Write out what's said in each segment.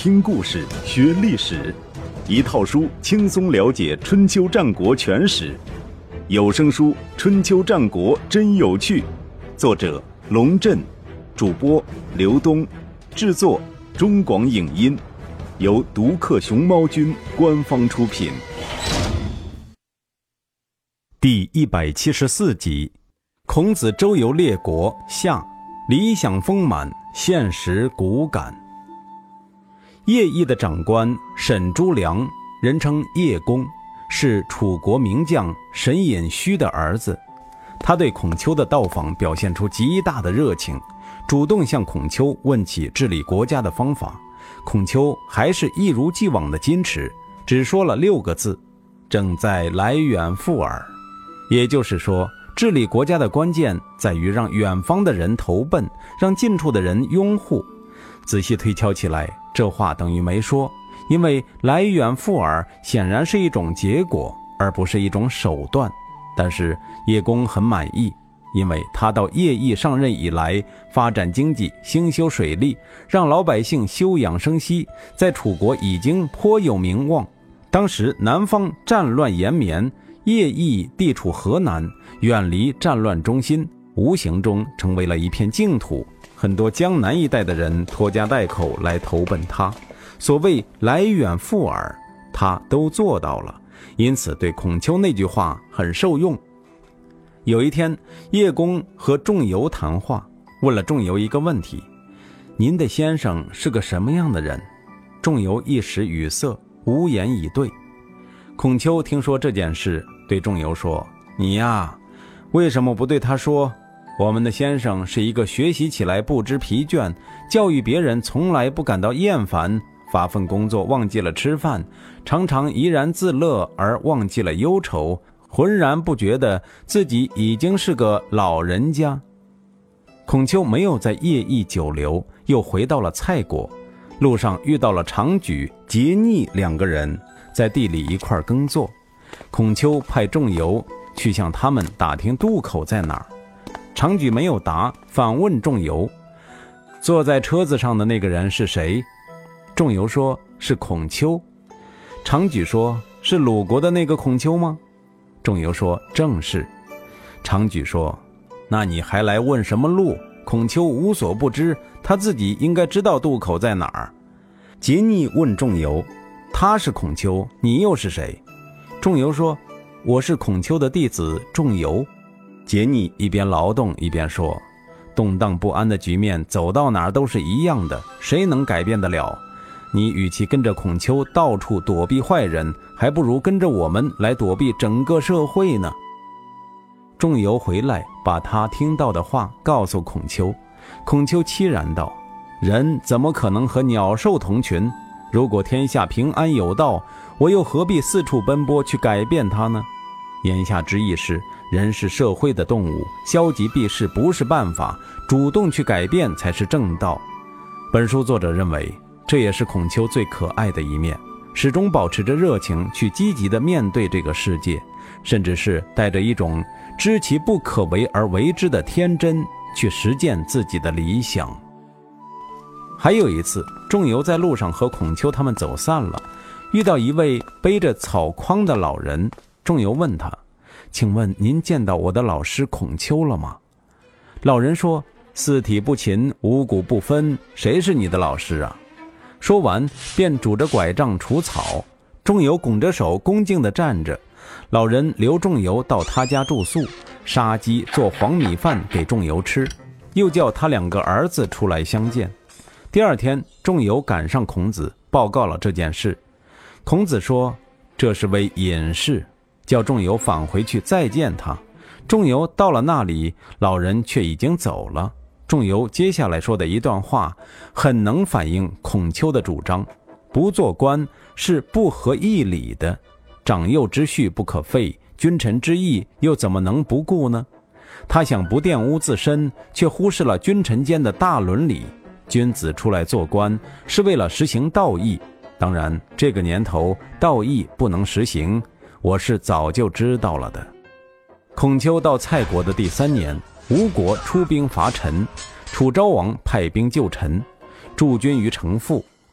听故事学历史，一套书轻松了解春秋战国全史。有声书《春秋战国真有趣》，作者龙震，主播刘东，制作中广影音，由独克熊猫君官方出品。第174集，孔子周游列国下，理想丰满，现实骨感。叶毅的长官沈朱良，人称叶公，是楚国名将沈尹胥的儿子。他对孔丘的到访表现出极大的热情，主动向孔丘问起治理国家的方法。孔丘还是一如既往的矜持，只说了6个字：正在来远赴耳。也就是说，治理国家的关键在于让远方的人投奔，让近处的人拥护。仔细推敲起来，这话等于没说，因为来远赴耳显然是一种结果，而不是一种手段。但是叶公很满意，因为他到叶毅上任以来，发展经济，兴修水利，让老百姓休养生息，在楚国已经颇有名望。当时南方战乱延绵，叶毅地处河南，远离战乱中心，无形中成为了一片净土。很多江南一带的人拖家带口来投奔他，所谓来远赴耳，他都做到了，因此对孔丘那句话很受用。有一天，叶公和仲由谈话，问了仲由一个问题：您的先生是个什么样的人？仲由一时语塞，无言以对。孔丘听说这件事，对仲由说：你呀，为什么不对他说，我们的先生是一个学习起来不知疲倦，教育别人从来不感到厌烦，发奋工作忘记了吃饭，常常怡然自乐而忘记了忧愁，浑然不觉得自己已经是个老人家。孔丘没有在叶毅久留，又回到了蔡国，路上遇到了长举、桀逆2个人，在地里一块耕作。孔丘派仲由去向他们打听渡口在哪儿。长举没有答，反问仲由：坐在车子上的那个人是谁？仲由说：是孔丘。长举说：是鲁国的那个孔丘吗？仲由说：正是。长举说：那你还来问什么路？孔丘无所不知，他自己应该知道渡口在哪儿。桀逆问仲由：他是孔丘，你又是谁？仲由说：我是孔丘的弟子仲由。桀逆一边劳动一边说：动荡不安的局面走到哪儿都是一样的，谁能改变得了？你与其跟着孔丘到处躲避坏人，还不如跟着我们来躲避整个社会呢。仲由回来，把他听到的话告诉孔丘。孔丘凄然道：人怎么可能和鸟兽同群？如果天下平安有道，我又何必四处奔波去改变它呢？言下之意是，人是社会的动物，消极避世不是办法，主动去改变才是正道。本书作者认为，这也是孔丘最可爱的一面，始终保持着热情去积极地面对这个世界，甚至是带着一种知其不可为而为之的天真去实践自己的理想。还有一次，仲由在路上和孔丘他们走散了，遇到一位背着草筐的老人。仲由问他：请问您见到我的老师孔丘了吗？老人说：四体不勤，五谷不分，谁是你的老师啊？说完便拄着拐杖除草。仲由拱着手恭敬地站着，老人留仲由到他家住宿，杀鸡做黄米饭给仲由吃，又叫他2个儿子出来相见。第2天，仲由赶上孔子，报告了这件事。孔子说：这是为隐士，叫仲由返回去再见他。仲由到了那里，老人却已经走了。仲由接下来说的一段话，很能反映孔丘的主张：不做官是不合义理的，长幼之序不可废，君臣之义又怎么能不顾呢？他想不玷污自身，却忽视了君臣间的大伦理。君子出来做官是为了实行道义，当然这个年头道义不能实行，我是早就知道了的。孔丘到蔡国的第3年，吴国出兵伐陈，楚昭王派兵救陈，驻军于城父。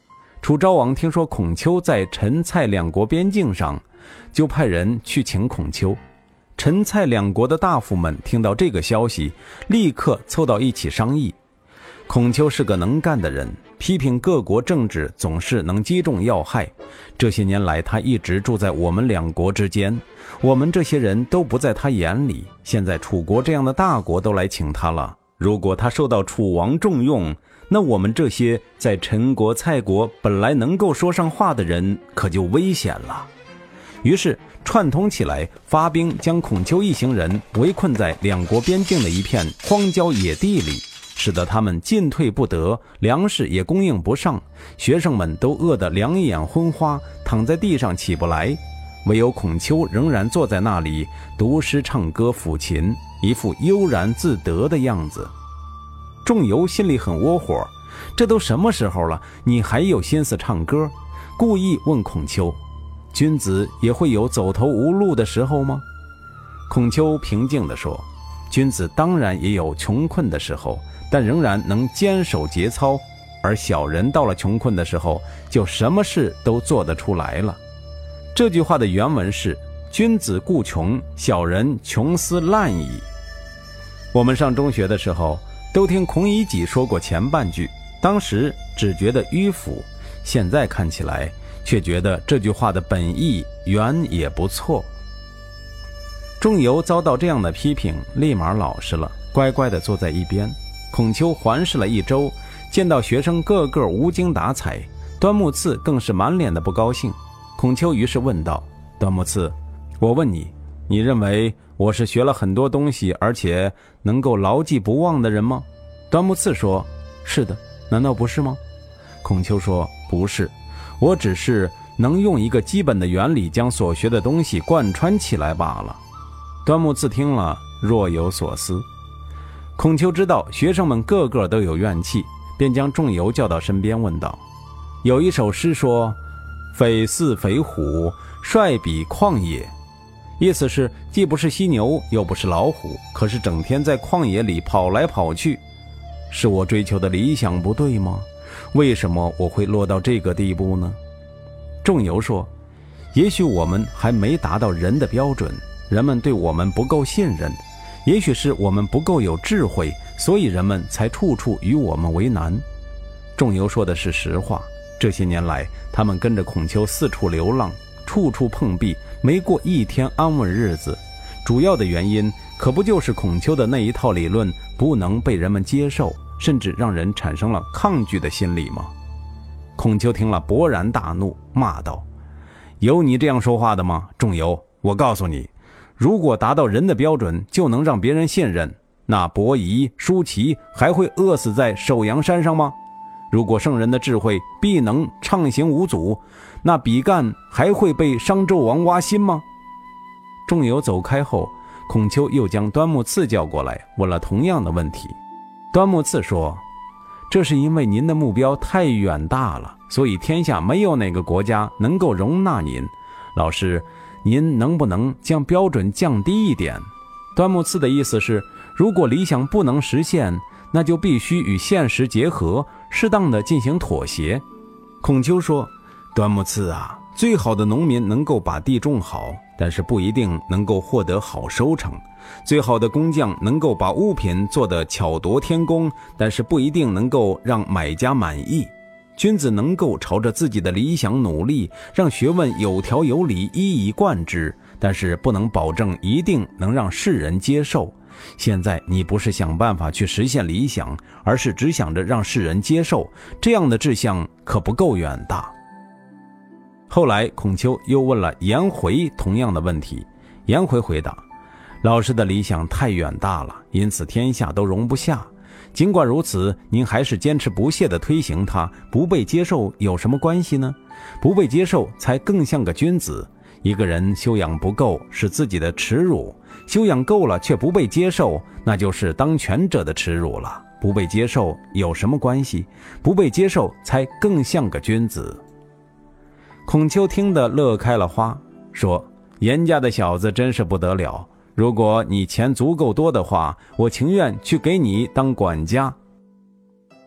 楚昭王听说孔丘在陈蔡两国边境上，就派人去请孔丘。陈蔡两国的大夫们听到这个消息，立刻凑到一起商议。孔丘是个能干的人，批评各国政治总是能击中要害。这些年来，他一直住在我们两国之间，我们这些人都不在他眼里。现在楚国这样的大国都来请他了，如果他受到楚王重用，那我们这些在陈国、蔡国本来能够说上话的人，可就危险了。于是串通起来，发兵将孔丘一行人围困在两国边境的一片荒郊野地里，使得他们进退不得，粮食也供应不上，学生们都饿得两眼昏花，躺在地上起不来，唯有孔丘仍然坐在那里读诗唱歌抚琴，一副悠然自得的样子。仲由心里很窝火，这都什么时候了，你还有心思唱歌？故意问孔丘，君子也会有走投无路的时候吗？孔丘平静地说，君子当然也有穷困的时候，但仍然能坚守节操，而小人到了穷困的时候，就什么事都做得出来了。这句话的原文是，君子固穷，小人穷斯滥矣。我们上中学的时候都听孔乙己说过前半句，当时只觉得迂腐，现在看起来却觉得这句话的本意原也不错。仲由遭到这样的批评，立马老实了，乖乖地坐在一边。孔丘环视了一周，见到学生个个无精打采，端木赐更是满脸的不高兴。孔丘于是问道，端木赐，我问你，你认为我是学了很多东西而且能够牢记不忘的人吗？端木赐说，是的，难道不是吗？孔丘说，不是，我只是能用一个基本的原理将所学的东西贯穿起来罢了。端木赐听了若有所思。孔丘知道学生们个个都有怨气，便将仲由叫到身边问道，有一首诗说，匪似匪虎，率比旷野，意思是既不是犀牛又不是老虎，可是整天在旷野里跑来跑去。是我追求的理想不对吗？为什么我会落到这个地步呢？仲由说，也许我们还没达到人的标准，人们对我们不够信任，也许是我们不够有智慧，所以人们才处处与我们为难。仲由说的是实话，这些年来他们跟着孔丘四处流浪，处处碰壁，没过一天安稳日子。主要的原因可不就是孔丘的那一套理论不能被人们接受，甚至让人产生了抗拒的心理吗？孔丘听了勃然大怒，骂道，有你这样说话的吗？仲由，我告诉你，如果达到人的标准就能让别人信任，那伯夷、叔齐还会饿死在首阳山上吗？如果圣人的智慧必能畅行无阻，那比干还会被商纣王挖心吗？仲由走开后，孔丘又将端木赐叫过来，问了同样的问题。端木赐说，这是因为您的目标太远大了，所以天下没有哪个国家能够容纳您。老师，您能不能将标准降低一点？端木赐的意思是，如果理想不能实现，那就必须与现实结合，适当的进行妥协。孔丘说，端木赐啊，最好的农民能够把地种好，但是不一定能够获得好收成。最好的工匠能够把物品做得巧夺天工，但是不一定能够让买家满意。君子能够朝着自己的理想努力，让学问有条有理，一以贯之，但是不能保证一定能让世人接受。现在你不是想办法去实现理想，而是只想着让世人接受，这样的志向可不够远大。后来孔丘又问了颜回同样的问题，颜回回答，老师的理想太远大了，因此天下都容不下。尽管如此，您还是坚持不懈地推行它，不被接受有什么关系呢？不被接受才更像个君子。一个人修养不够是自己的耻辱，修养够了却不被接受，那就是当权者的耻辱了。不被接受有什么关系？不被接受才更像个君子。孔丘听得乐开了花，说，颜家的小子真是不得了，如果你钱足够多的话，我情愿去给你当管家。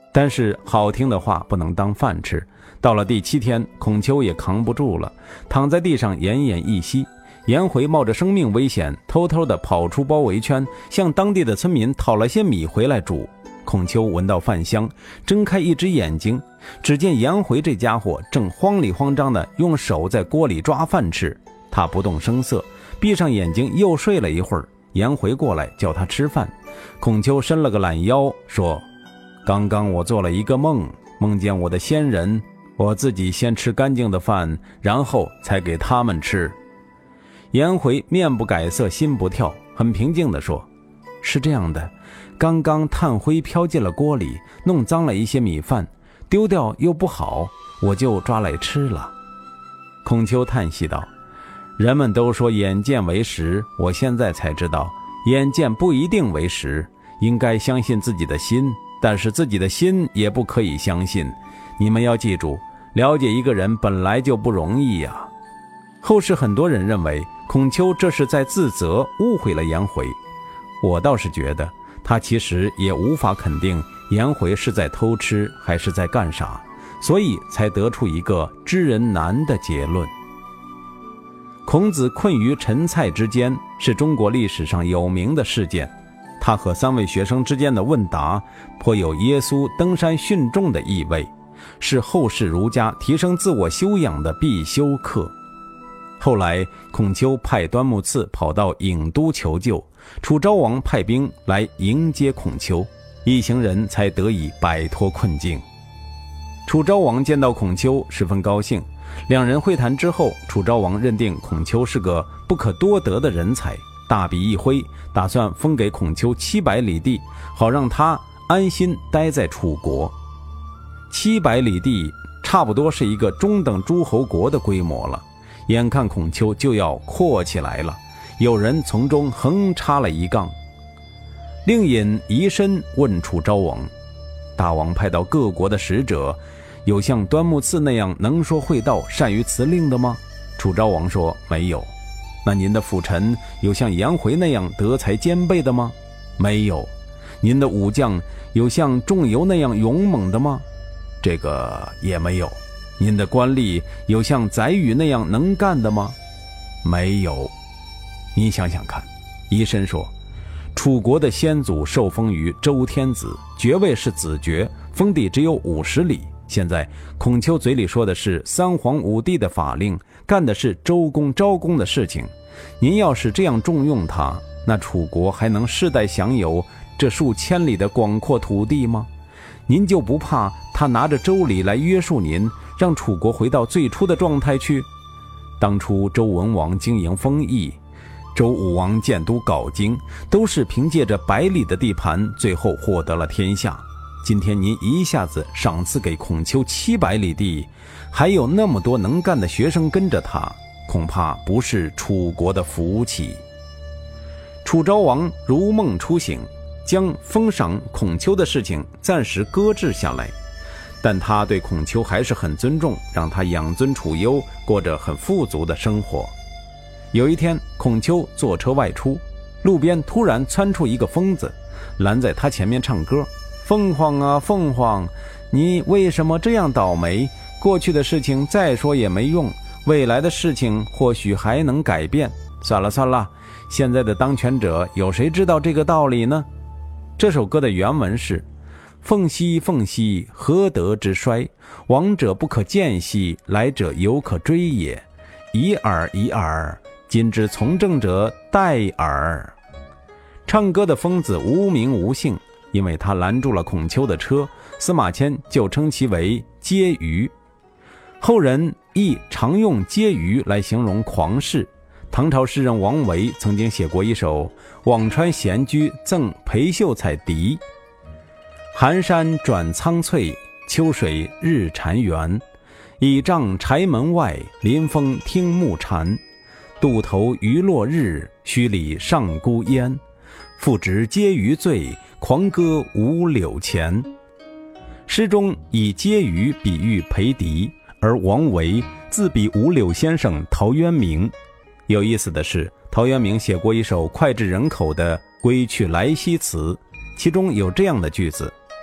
但是好听的话不能当饭吃。到了第7天，孔丘也扛不住了，躺在地上奄奄一息。颜回冒着生命危险，偷偷地跑出包围圈，向当地的村民讨了些米回来煮。孔丘闻到饭香，睁开一只眼睛，只见颜回这家伙正慌里慌张地用手在锅里抓饭吃。他不动声色，闭上眼睛又睡了一会儿。颜回过来叫他吃饭，孔丘伸了个懒腰，说：刚刚我做了一个梦，梦见我的先人，我自己先吃干净的饭，然后才给他们吃。颜回面不改色心不跳，很平静地说：是这样的，刚刚炭灰飘进了锅里，弄脏了一些米饭，丢掉又不好，我就抓来吃了。孔丘叹息道：人们都说眼见为实，我现在才知道眼见不一定为实，应该相信自己的心，但是自己的心也不可以相信。你们要记住，了解一个人本来就不容易呀。后世很多人认为孔丘这是在自责，误会了颜回。我倒是觉得他其实也无法肯定颜回是在偷吃还是在干啥，所以才得出一个知人难的结论。孔子困于陈蔡之间是中国历史上有名的事件，他和3位学生之间的问答颇有耶稣登山训众的意味，是后世儒家提升自我修养的必修课。后来孔丘派端木赐跑到郢都求救，楚昭王派兵来迎接孔丘，一行人才得以摆脱困境。楚昭王见到孔丘十分高兴，两人会谈之后，楚昭王认定孔丘是个不可多得的人才，大笔一挥，打算封给孔丘700里地，好让他安心待在楚国。700里地差不多是一个中等诸侯国的规模了，眼看孔丘就要扩起来了，有人从中横插了一杠。令尹夷申问楚昭王：大王派到各国的使者，有像端木赐那样能说会道、善于辞令的吗？楚昭王说：没有。那您的辅臣有像颜回那样德才兼备的吗？没有。您的武将有像仲由那样勇猛的吗？这个也没有。您的官吏有像宰予那样能干的吗？没有。你想想看，夷申说，楚国的先祖受封于周天子，爵位是子爵，封地只有50里。现在孔丘嘴里说的是3皇5帝的法令，干的是周公昭公的事情。您要是这样重用他，那楚国还能世代享有这数千里的广阔土地吗？您就不怕他拿着周礼来约束您，让楚国回到最初的状态去？当初周文王经营封邑，周武王建都镐京，都是凭借着100里的地盘，最后获得了天下。今天您一下子赏赐给孔丘700里地，还有那么多能干的学生跟着他，恐怕不是楚国的福气。楚昭王如梦初醒，将封赏孔丘的事情暂时搁置下来，但他对孔丘还是很尊重，让他养尊处优，过着很富足的生活。有一天，孔丘坐车外出，路边突然窜出一个疯子，拦在他前面唱歌：凤凰啊凤凰，你为什么这样倒霉？过去的事情再说也没用，未来的事情或许还能改变。算了算了，现在的当权者有谁知道这个道理呢？这首歌的原文是：凤兮凤兮，何德之衰？往者不可见兮，来者犹可追也。已耳已耳，今之从政者殆耳。唱歌的疯子无名无姓，因为他拦住了孔丘的车，司马迁就称其为嗟余。后人亦常用嗟余来形容狂士。唐朝诗人王维曾经写过一首《辋川闲居赠裴秀才笛》：寒山转苍翠，秋水日潺湲。倚杖柴门外，临风听暮蝉。渡头余落日，墟里上孤烟。复值嗟余醉，狂歌五柳前。诗中以嗟余比喻裴迪，而王维自比五柳先生陶渊明。有意思的是，陶渊明写过一首脍炙人口的《归去来兮辞》，其中有这样的句子：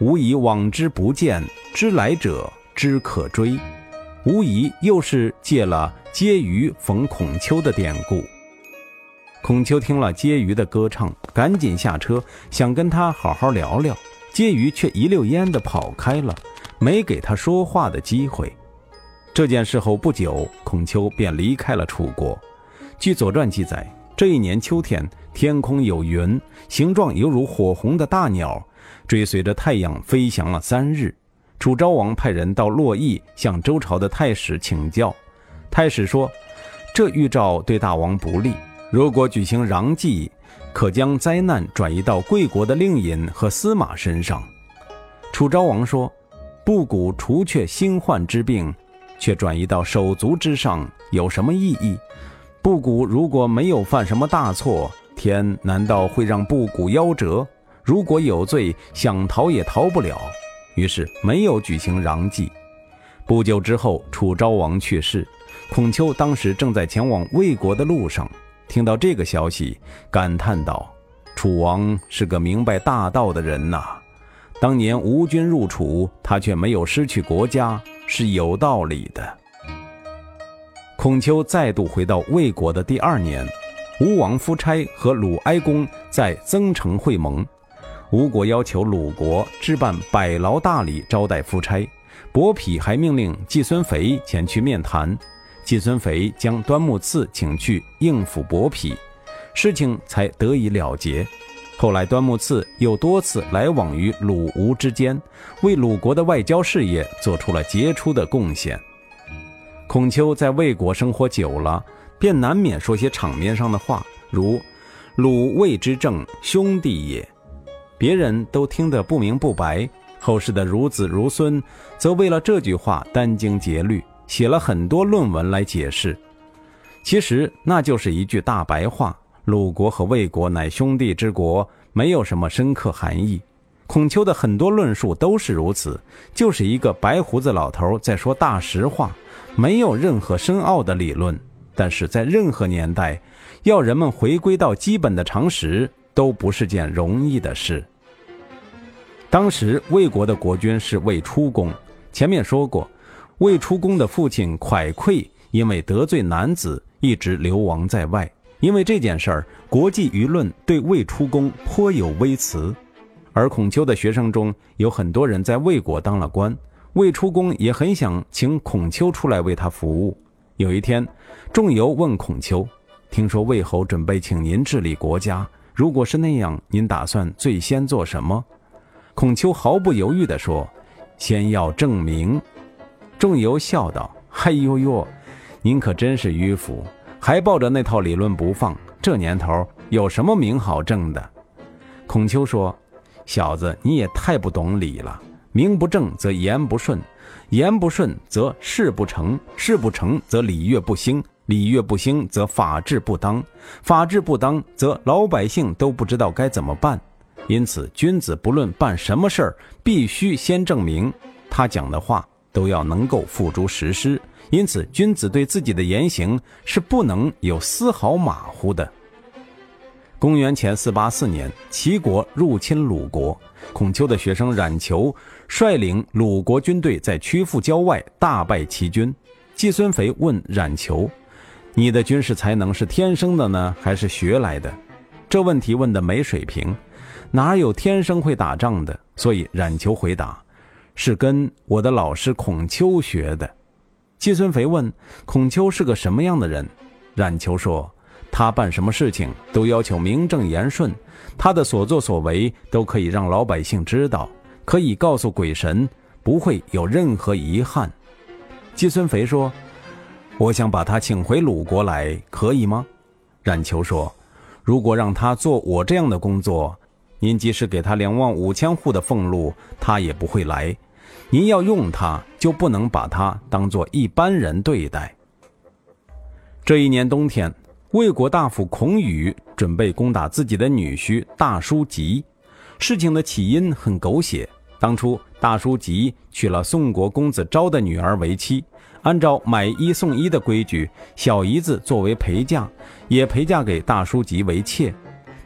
无以往之不见，知来者知可追。无疑又是借了婕妤逢孔丘的典故。孔丘听了婕妤的歌唱，赶紧下车想跟他好好聊聊，婕妤却一溜烟地跑开了，没给他说话的机会。这件事后不久，孔丘便离开了楚国。据《左传》记载，这一年秋天，天空有云，形状犹如火红的大鸟，追随着太阳飞翔了3日。楚昭王派人到洛邑向周朝的太史请教，太史说，这预兆对大王不利，如果举行禳祭，可将灾难转移到贵国的令尹和司马身上。楚昭王说，布谷除却心患之病，却转移到手足之上，有什么意义？布谷如果没有犯什么大错，天难道会让布谷夭折？如果有罪，想逃也逃不了。于是没有举行禳祭。不久之后，楚昭王去世，孔丘当时正在前往魏国的路上，听到这个消息，感叹道，楚王是个明白大道的人呐，当年吴军入楚，他却没有失去国家，是有道理的。孔丘再度回到魏国的第2年，吴王夫差和鲁哀公在增城会盟，吴国要求鲁国置办百劳大礼招待夫差，伯嚭还命令季孙肥前去面谈，季孙肥将端木赐请去应付伯嚭，事情才得以了结。后来端木赐又多次来往于鲁吴之间，为鲁国的外交事业做出了杰出的贡献。孔丘在魏国生活久了，便难免说些场面上的话，如鲁魏之政，兄弟也，别人都听得不明不白，后世的孺子孺孙则为了这句话殚精竭虑，写了很多论文来解释。其实那就是一句大白话，鲁国和魏国乃兄弟之国，没有什么深刻含义。孔丘的很多论述都是如此，就是一个白胡子老头在说大实话，没有任何深奥的理论。但是在任何年代，要人们回归到基本的常识，都不是件容易的事。当时魏国的国君是魏出公，前面说过，魏出公的父亲蒯聩因为得罪男子，一直流亡在外。因为这件事儿，国际舆论对魏出公颇有微词。而孔丘的学生中有很多人在魏国当了官，魏出公也很想请孔丘出来为他服务。有一天，仲由问孔丘，听说魏侯准备请您治理国家，如果是那样，您打算最先做什么？孔丘毫不犹豫地说，先要正名。仲由笑道，哎呦呦，您可真是迂腐，还抱着那套理论不放，这年头有什么名好正的？孔丘说，小子，你也太不懂理了，名不正则言不顺，言不顺则事不成，事不成则礼乐不兴，礼乐不兴则法治不当，法治不当则老百姓都不知道该怎么办。因此君子不论办什么事儿，必须先正名，他讲的话都要能够付诸实施。因此君子对自己的言行是不能有丝毫马虎的。公元前484年，齐国入侵鲁国，孔丘的学生冉求率领鲁国军队在曲阜郊外大败齐军。季孙肥问冉求，你的军事才能是天生的呢，还是学来的？这问题问得没水平，哪有天生会打仗的？所以冉求回答，是跟我的老师孔丘学的。季孙肥问，孔丘是个什么样的人？冉求说，他办什么事情都要求名正言顺，他的所作所为都可以让老百姓知道，可以告诉鬼神，不会有任何遗憾。季孙肥说，我想把他请回鲁国来，可以吗？冉求说，如果让他做我这样的工作，您即使给他25000户的俸禄，他也不会来。您要用他，就不能把他当作一般人对待。这一年冬天，魏国大夫孔宇准备攻打自己的女婿大叔吉。事情的起因很狗血，当初大叔吉娶了宋国公子昭的女儿为妻，按照买一送一的规矩，小姨子作为陪嫁，也陪嫁给大叔吉为妾。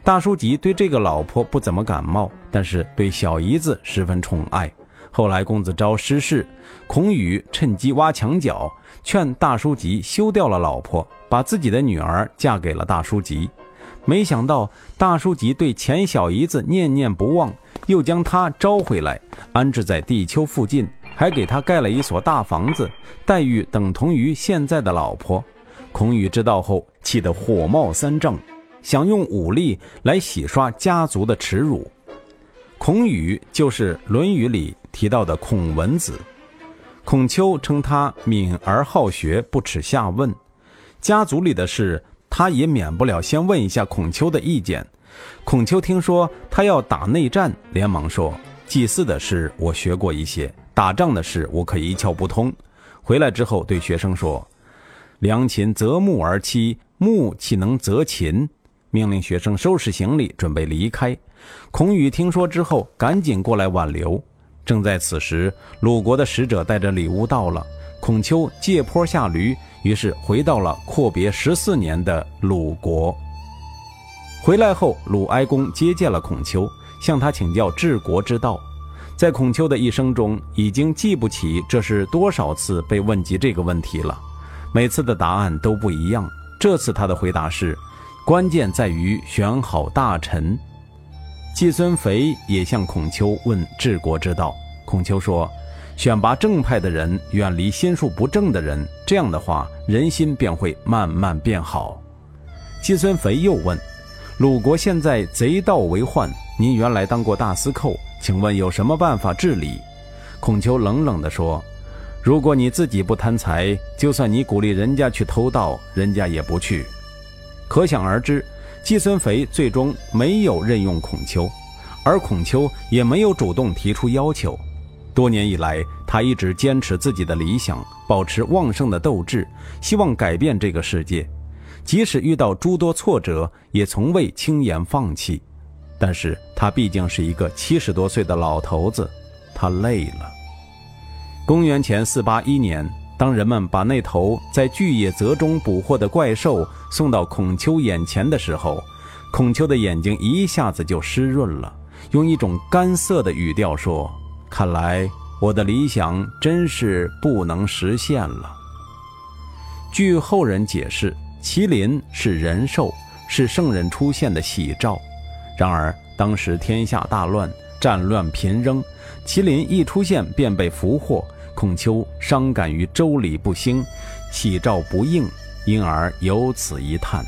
大叔吉对这个老婆不怎么感冒，但是对小姨子十分宠爱。后来公子昭失势，孔宇趁机挖墙脚，劝大叔吉休掉了老婆，把自己的女儿嫁给了大叔吉。没想到大叔吉对前小姨子念念不忘，又将她招回来，安置在地丘附近，还给她盖了一所大房子，待遇等同于现在的老婆。孔宇知道后，气得火冒三丈，想用武力来洗刷家族的耻辱。孔宇就是《论语》里提到的孔文子。孔丘称他敏而好学，不耻下问。家族里的事，他也免不了先问一下孔丘的意见。孔丘听说他要打内战，连忙说：祭祀的事我学过一些，打仗的事我可一窍不通。回来之后对学生说：良禽择木而栖，木岂能择禽？命令学生收拾行李准备离开。孔宇听说之后赶紧过来挽留。正在此时，鲁国的使者带着礼物到了，孔丘借坡下驴，于是回到了阔别14年的鲁国。回来后，鲁哀公接见了孔丘，向他请教治国之道。在孔丘的一生中，已经记不起这是多少次被问及这个问题了，每次的答案都不一样。这次他的回答是：关键在于选好大臣。季孙肥也向孔丘问治国之道，孔丘说：选拔正派的人，远离心术不正的人，这样的话人心便会慢慢变好。季孙肥又问：鲁国现在贼盗为患，您原来当过大司寇，请问有什么办法治理？孔丘冷冷地说：如果你自己不贪财，就算你鼓励人家去偷盗，人家也不去。可想而知，季孙肥最终没有任用孔丘，而孔丘也没有主动提出要求。多年以来，他一直坚持自己的理想，保持旺盛的斗志，希望改变这个世界。即使遇到诸多挫折，也从未轻言放弃。但是他毕竟是一个70多岁的老头子，他累了。公元前481年，当人们把那头在巨野泽中捕获的怪兽送到孔丘眼前的时候，孔丘的眼睛一下子就湿润了，用一种干涩的语调说：看来我的理想真是不能实现了。据后人解释，麒麟是人兽，是圣人出现的喜兆。然而当时天下大乱，战乱频仍，麒麟一出现便被俘获，孔丘伤感于周礼不兴，喜诏不应，因而有此一叹。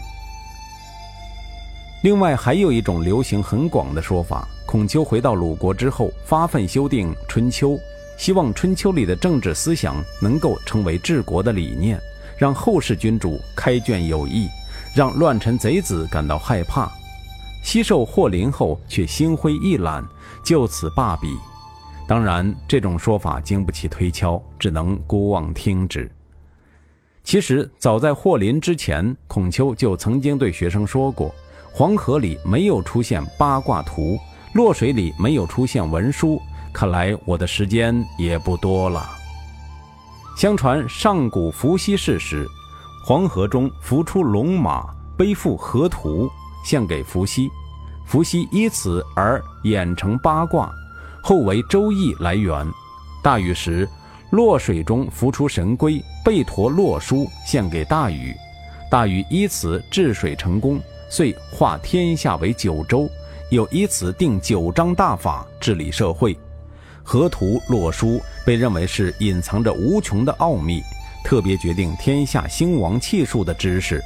另外还有一种流行很广的说法，孔丘回到鲁国之后，发奋修订春秋，希望春秋里的政治思想能够成为治国的理念，让后世君主开卷有益，让乱臣贼子感到害怕。西受祸临后却心灰意懒，就此罢笔。当然这种说法经不起推敲，只能姑妄听之。其实早在祸临之前，孔丘就曾经对学生说过，黄河里没有出现八卦图，洛水里没有出现文书，看来我的时间也不多了。相传上古伏羲氏时，黄河中浮出龙马，背负河图，献给伏羲，伏羲依此而演成八卦，后为周易来源。大禹时，洛水中浮出神龟，背驮洛书，献给大禹，大禹依此治水成功，遂化天下为9州，又依此定9章大法治理社会。河图洛书被认为是隐藏着无穷的奥秘，特别决定天下兴亡气数的知识。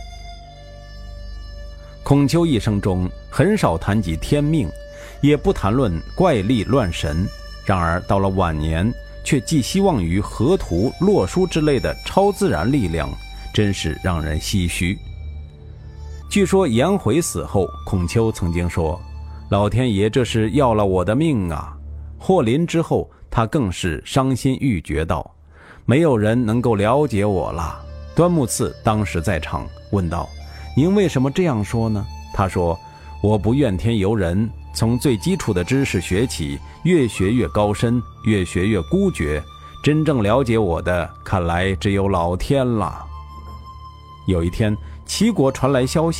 孔丘一生中很少谈及天命，也不谈论怪力乱神，然而到了晚年，却寄希望于河图洛书之类的超自然力量，真是让人唏嘘。据说颜回死后，孔丘曾经说：老天爷这是要了我的命啊。祸临之后，他更是伤心欲绝道：没有人能够了解我了。端木赐当时在场，问道：您为什么这样说呢？他说：我不怨天尤人，从最基础的知识学起，越学越高深，越学越孤绝，真正了解我的，看来只有老天了。有一天，齐国传来消息，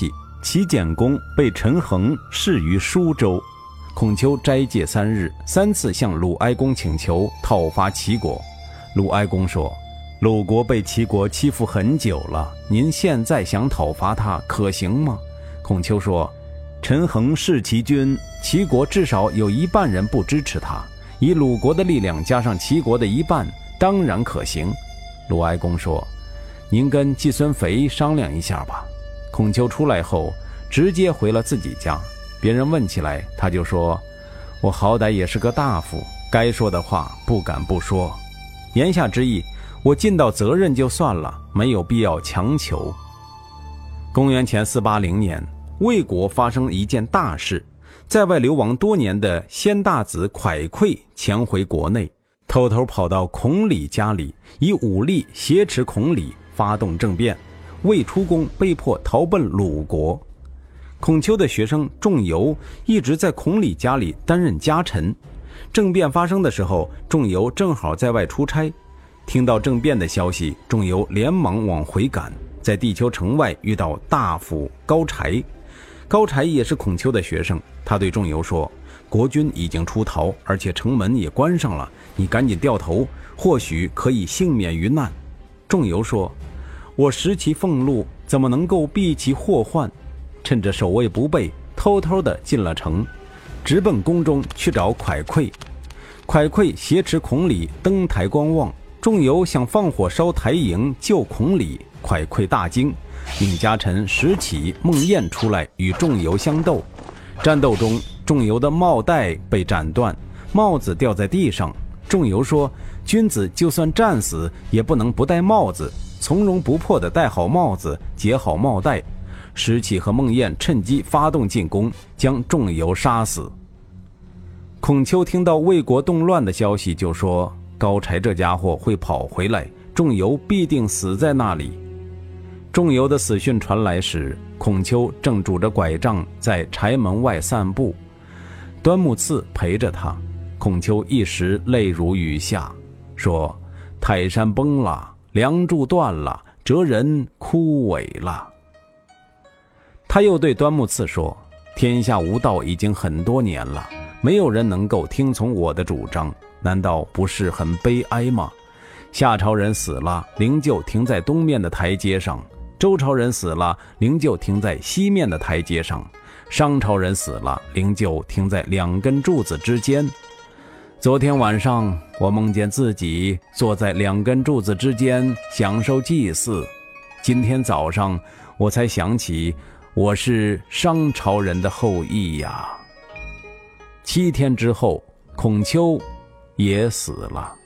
齐简公被陈恒释于舒州，孔丘斋戒3日，3次向鲁哀公请求讨伐齐国。鲁哀公说：鲁国被齐国欺负很久了，您现在想讨伐他可行吗？孔丘说：陈恒弑齐君，齐国至少有1半人不支持他，以鲁国的力量加上齐国的1半，当然可行。鲁哀公说：您跟季孙肥商量一下吧。孔丘出来后直接回了自己家，别人问起来他就说：我好歹也是个大夫，该说的话不敢不说，言下之意，我尽到责任就算了，没有必要强求。公元前480年，魏国发生一件大事，在外流亡多年的先大子蒯聩潜回国内，偷偷跑到孔鲤家里，以武力挟持孔鲤，发动政变。魏出公被迫逃奔鲁国。孔丘的学生仲由一直在孔鲤家里担任家臣。政变发生的时候，仲由正好在外出差，听到政变的消息，仲由连忙往回赶，在地丘城外遇到大夫高柴。高柴也是孔丘的学生，他对仲由说：国军已经出逃，而且城门也关上了，你赶紧掉头，或许可以幸免于难。仲由说：我食其俸禄，怎么能够避其祸患？趁着守卫不备，偷偷地进了城，直奔宫中去找蒯聩。蒯聩挟持孔鲤登台观望，仲由想放火烧台营救孔鲤，蒯聩大惊，命家臣石启、孟晏出来与仲由相斗。战斗中，仲由的帽带被斩断，帽子掉在地上。仲由说：君子就算战死，也不能不戴帽子，从容不迫地戴好帽子，解好帽带。石启和孟晏趁机发动进攻，将仲由杀死。孔丘听到魏国动乱的消息，就说：高柴这家伙会跑回来，仲由必定死在那里。仲由的死讯传来时，孔丘正拄着拐杖在柴门外散步，端木赐陪着他。孔丘一时泪如雨下，说：泰山崩了，梁柱断了，哲人枯萎了。他又对端木赐说：天下无道已经很多年了，没有人能够听从我的主张，难道不是很悲哀吗？夏朝人死了，灵柩停在东面的台阶上；周朝人死了，灵柩停在西面的台阶上；商朝人死了，灵柩停在2根柱子之间。昨天晚上，我梦见自己坐在2根柱子之间享受祭祀。今天早上，我才想起我是商朝人的后裔呀。7天之后，孔丘也死了。